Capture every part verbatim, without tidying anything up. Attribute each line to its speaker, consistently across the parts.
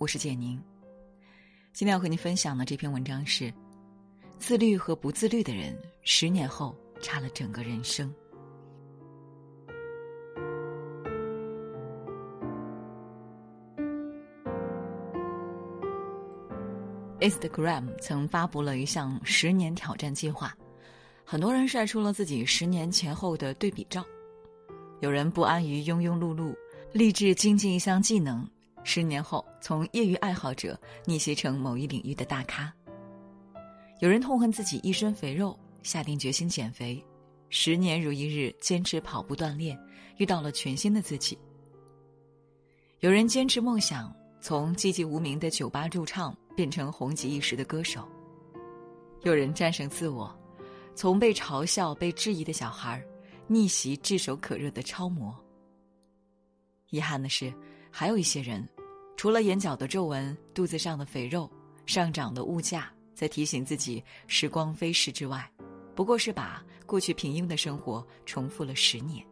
Speaker 1: 我是简宁。今天要和你分享的这篇文章是自律和不自律的人十年后差了整个人生。Instagram 曾发布了一项十年挑战计划，很多人晒出了自己十年前后的对比照。有人不安于庸庸碌碌，立志精进一项技能，十年后从业余爱好者逆袭成某一领域的大咖。有人痛恨自己一身肥肉，下定决心减肥，十年如一日坚持跑步锻炼，遇到了全新的自己。有人坚持梦想，从寂寂无名的酒吧驻唱变成红极一时的歌手。有人战胜自我，从被嘲笑被质疑的小孩逆袭炙手可热的超模。遗憾的是，还有一些人除了眼角的皱纹、肚子上的肥肉、上涨的物价在提醒自己时光飞逝之外，不过是把过去平庸的生活重复了十年。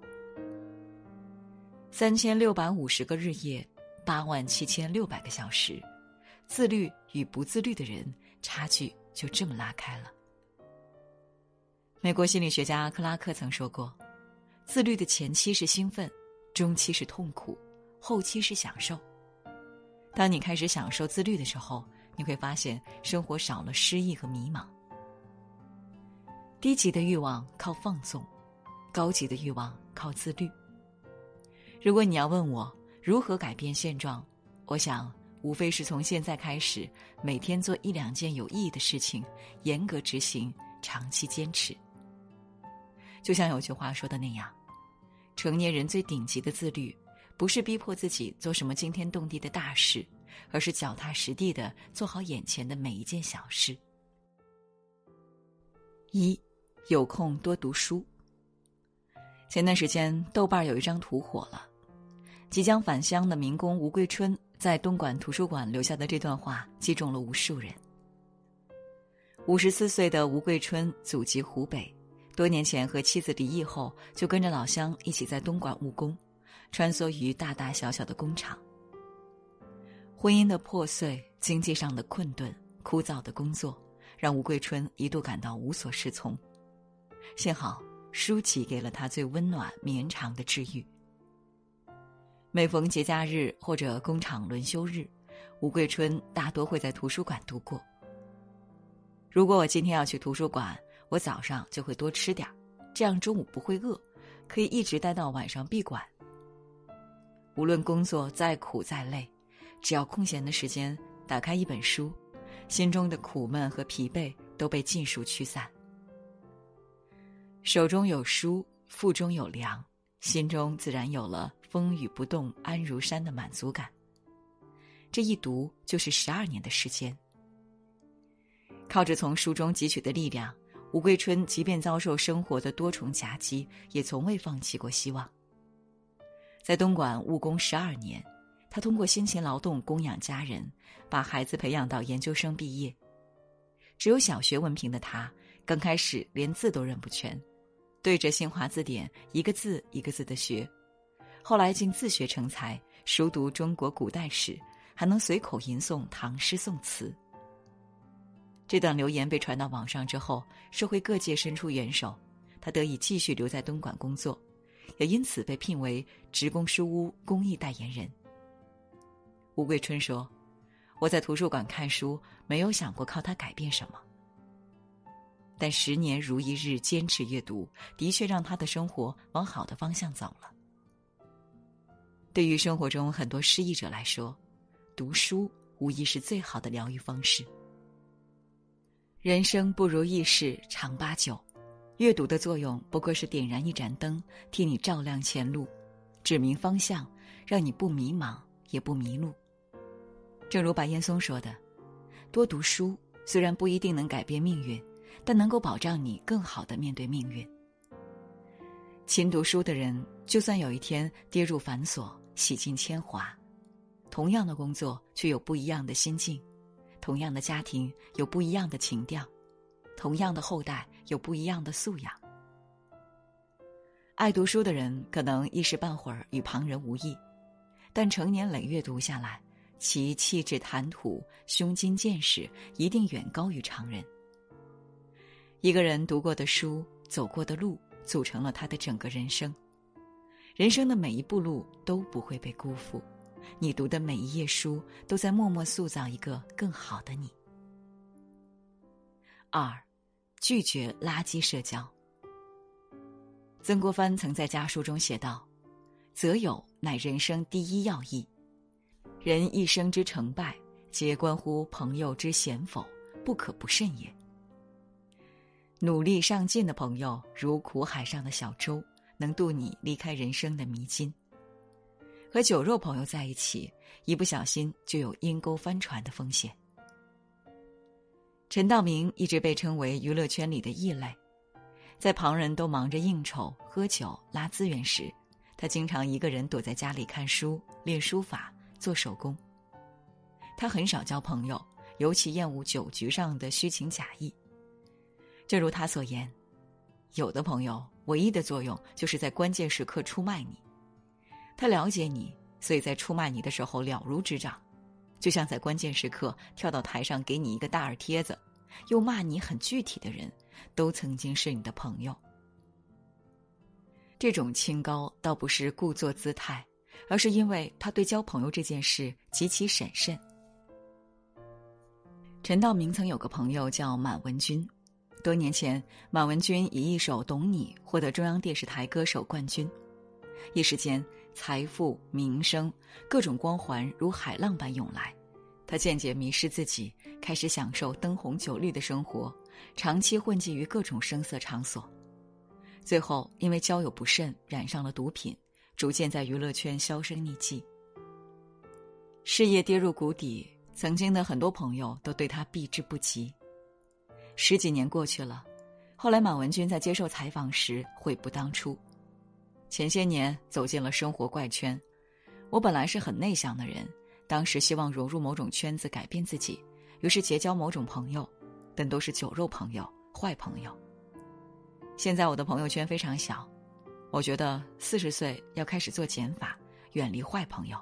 Speaker 1: 三千六百五十个日夜，八万七千六百个小时，自律与不自律的人差距就这么拉开了。美国心理学家克拉克曾说过，自律的前期是兴奋，中期是痛苦，后期是享受。当你开始享受自律的时候，你会发现生活少了失意和迷茫。低级的欲望靠放纵，高级的欲望靠自律。如果你要问我如何改变现状，我想无非是从现在开始，每天做一两件有意义的事情，严格执行，长期坚持。就像有句话说的那样，成年人最顶级的自律，不是逼迫自己做什么惊天动地的大事，而是脚踏实地地做好眼前的每一件小事。一，有空多读书。前段时间豆瓣有一张图火了，即将返乡的民工吴桂春在东莞图书馆留下的这段话击中了无数人。五十四岁的吴桂春祖籍湖北，多年前和妻子离异后，就跟着老乡一起在东莞务工，穿梭于大大小小的工厂。婚姻的破碎，经济上的困顿，枯燥的工作，让吴桂春一度感到无所适从。幸好书籍给了他最温暖绵长的治愈。每逢节假日或者工厂轮休日，吴桂春大多会在图书馆度过。如果我今天要去图书馆，我早上就会多吃点，这样中午不会饿，可以一直待到晚上闭馆。无论工作再苦再累，只要空闲的时间打开一本书，心中的苦闷和疲惫都被尽数驱散。手中有书，腹中有粮，心中自然有了风雨不动安如山的满足感。这一读就是十二年的时间。靠着从书中汲取的力量，吴桂春即便遭受生活的多重夹击，也从未放弃过希望。在东莞务工十二年，他通过辛勤劳动供养家人，把孩子培养到研究生毕业。只有小学文凭的他，刚开始连字都认不全，对着新华字典一个字一个字地学。后来竟自学成才，熟读中国古代史，还能随口吟诵唐诗宋词。这段留言被传到网上之后，社会各界伸出援手，他得以继续留在东莞工作，也因此被聘为职工书屋公益代言人。吴桂春说，我在图书馆看书，没有想过靠它改变什么。但十年如一日坚持阅读，的确让他的生活往好的方向走了。对于生活中很多失意者来说，读书无疑是最好的疗愈方式。人生不如意事常八九，阅读的作用不过是点燃一盏灯，替你照亮前路，指明方向，让你不迷茫也不迷路。正如白岩松说的，多读书虽然不一定能改变命运，但能够保障你更好地面对命运。勤读书的人，就算有一天跌入繁琐，洗尽铅华，同样的工作却有不一样的心境，同样的家庭有不一样的情调，同样的后代有不一样的素养。爱读书的人可能一时半会儿与旁人无异，但成年累月读下来， 其气质谈吐、胸襟见识一定远高于常人。一个人读过的书、走过的路，组成了他的整个人生。人生的每一步路都不会被辜负，你读的每一页书都在默默塑造一个更好的你。二，拒绝垃圾社交。曾国藩曾在家书中写道：择友乃人生第一要义，人一生之成败，皆关乎朋友之贤否，不可不慎也。努力上进的朋友如苦海上的小舟，能渡你离开人生的迷津。和酒肉朋友在一起，一不小心就有阴沟翻船的风险。陈道明一直被称为娱乐圈里的异类，在旁人都忙着应酬、喝酒、拉资源时，他经常一个人躲在家里看书、练书法、做手工。他很少交朋友，尤其厌恶酒局上的虚情假意。正如他所言，有的朋友唯一的作用就是在关键时刻出卖你。他了解你，所以在出卖你的时候了如指掌，就像在关键时刻跳到台上给你一个大耳贴子，又骂你很具体的人，都曾经是你的朋友。这种清高倒不是故作姿态，而是因为他对交朋友这件事极其审慎。陈道明曾有个朋友叫满文军，多年前，满文军以一首《懂你》获得中央电视台歌手冠军。一时间，财富、名声、各种光环如海浪般涌来，他渐渐迷失自己，开始享受灯红酒绿的生活，长期混迹于各种声色场所。最后，因为交友不慎，染上了毒品，逐渐在娱乐圈销声匿迹。事业跌入谷底，曾经的很多朋友都对他避之不及。十几年过去了，后来满文军在接受采访时悔不当初。前些年走进了生活怪圈，我本来是很内向的人，当时希望融入某种圈子改变自己，于是结交某种朋友，但都是酒肉朋友、坏朋友。现在我的朋友圈非常小，我觉得四十岁要开始做减法，远离坏朋友。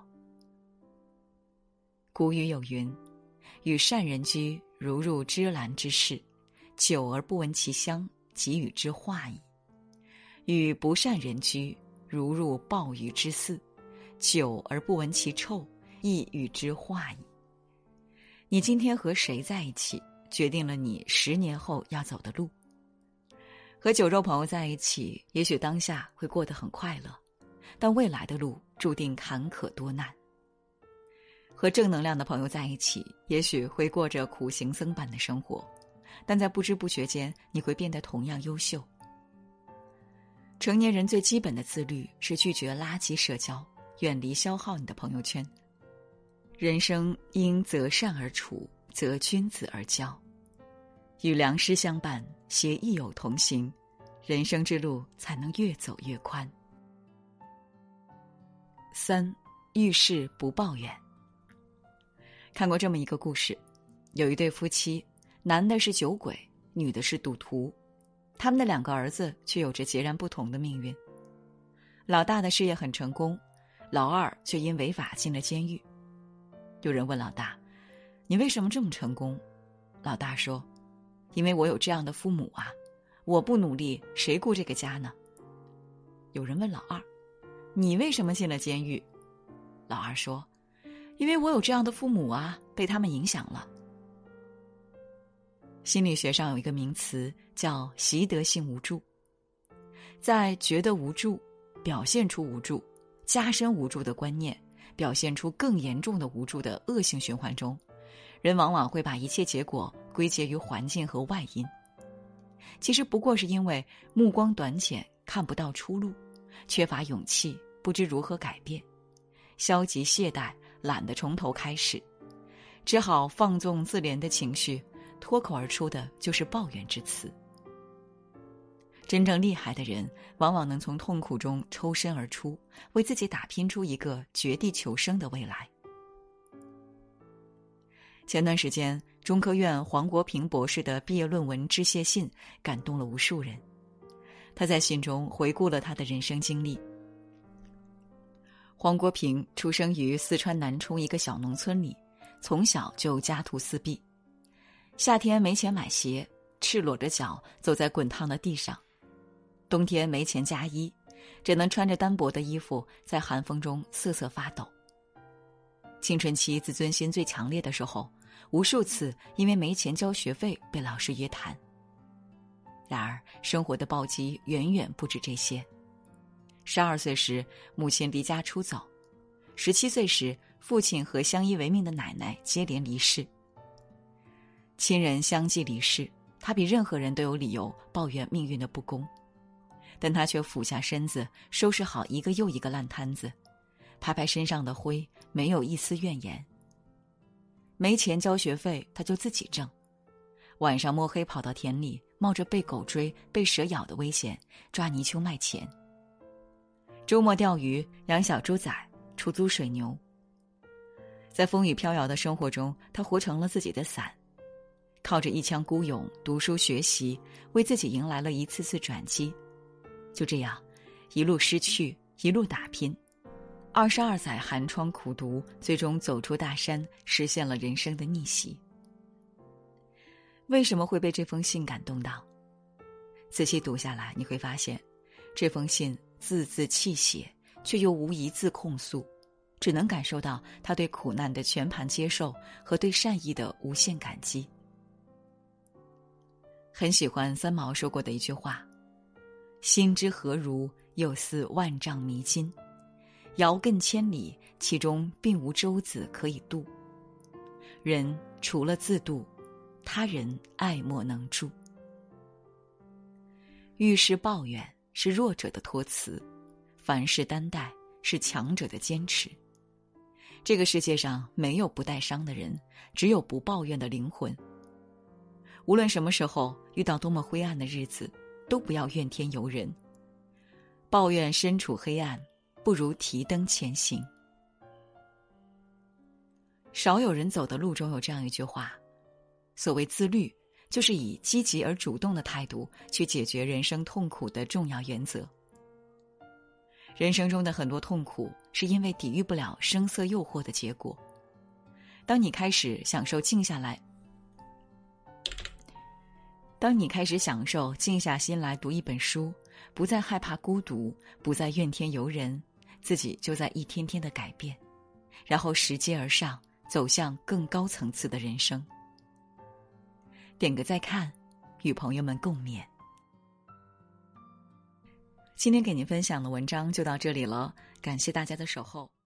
Speaker 1: 古语有云：与善人居，如入芝兰之室，久而不闻其香，即与之化矣；与不善人居，如入鲍鱼之肆，久而不闻其臭，亦与之化矣。你今天和谁在一起，决定了你十年后要走的路。和酒肉朋友在一起，也许当下会过得很快乐，但未来的路注定坎坷多难。和正能量的朋友在一起，也许会过着苦行僧般的生活，但在不知不觉间，你会变得同样优秀。成年人最基本的自律是拒绝垃圾社交，远离消耗你的朋友圈。人生应择善而处，择君子而交，与良师相伴，携益友同行，人生之路才能越走越宽。三，遇事不抱怨。看过这么一个故事，有一对夫妻，男的是酒鬼，女的是赌徒，他们的两个儿子却有着截然不同的命运。老大的事业很成功，老二却因违法进了监狱。有人问老大：你为什么这么成功？老大说：因为我有这样的父母啊，我不努力，谁顾这个家呢？有人问老二：你为什么进了监狱？老二说：因为我有这样的父母啊，被他们影响了。心理学上有一个名词叫习得性无助，在觉得无助、表现出无助、加深无助的观念、表现出更严重的无助的恶性循环中，人往往会把一切结果归结于环境和外因。其实不过是因为目光短浅，看不到出路，缺乏勇气，不知如何改变，消极懈怠，懒得从头开始，只好放纵自怜的情绪，脱口而出的就是抱怨之词。真正厉害的人，往往能从痛苦中抽身而出，为自己打拼出一个绝地求生的未来。前段时间，中科院黄国平博士的毕业论文致谢信感动了无数人。他在信中回顾了他的人生经历。 黄国平出生于四川南充一个小农村里，从小就家徒四壁。夏天没钱买鞋，赤裸着脚走在滚烫的地上；冬天没钱加衣，只能穿着单薄的衣服在寒风中瑟瑟发抖。青春期自尊心最强烈的时候，无数次因为没钱交学费被老师约谈。然而生活的暴击远远不止这些。十二岁时母亲离家出走，十七岁时父亲和相依为命的奶奶接连离世。亲人相继离世，他比任何人都有理由抱怨命运的不公，但他却俯下身子收拾好一个又一个烂摊子，拍拍身上的灰，没有一丝怨言。没钱交学费他就自己挣，晚上摸黑跑到田里，冒着被狗追被蛇咬的危险抓泥鳅卖钱。周末钓鱼，养小猪仔，出租水牛。在风雨飘摇的生活中，他活成了自己的伞，靠着一腔孤勇读书学习，为自己迎来了一次次转机。就这样一路失去，一路打拼，二十二载寒窗苦读，最终走出大山，实现了人生的逆袭。为什么会被这封信感动到？仔细读下来，你会发现这封信字字泣血，却又无一字控诉，只能感受到他对苦难的全盘接受和对善意的无限感激。很喜欢三毛说过的一句话：心之何如，又似万丈迷津，遥亘千里，其中并无舟子可以渡。人除了自渡，他人爱莫能助。遇事抱怨是弱者的托词，凡事担待是强者的坚持。这个世界上没有不带伤的人，只有不抱怨的灵魂。无论什么时候遇到多么灰暗的日子，都不要怨天尤人。抱怨身处黑暗，不如提灯前行。少有人走的路中有这样一句话：所谓自律，就是以积极而主动的态度去解决人生痛苦的重要原则。人生中的很多痛苦是因为抵御不了声色诱惑的结果。当你开始享受静下来当你开始享受静下心来读一本书，不再害怕孤独，不再怨天尤人，自己就在一天天的改变，然后拾阶而上，走向更高层次的人生。点个再看，与朋友们共勉。今天给您分享的文章就到这里了，感谢大家的守候。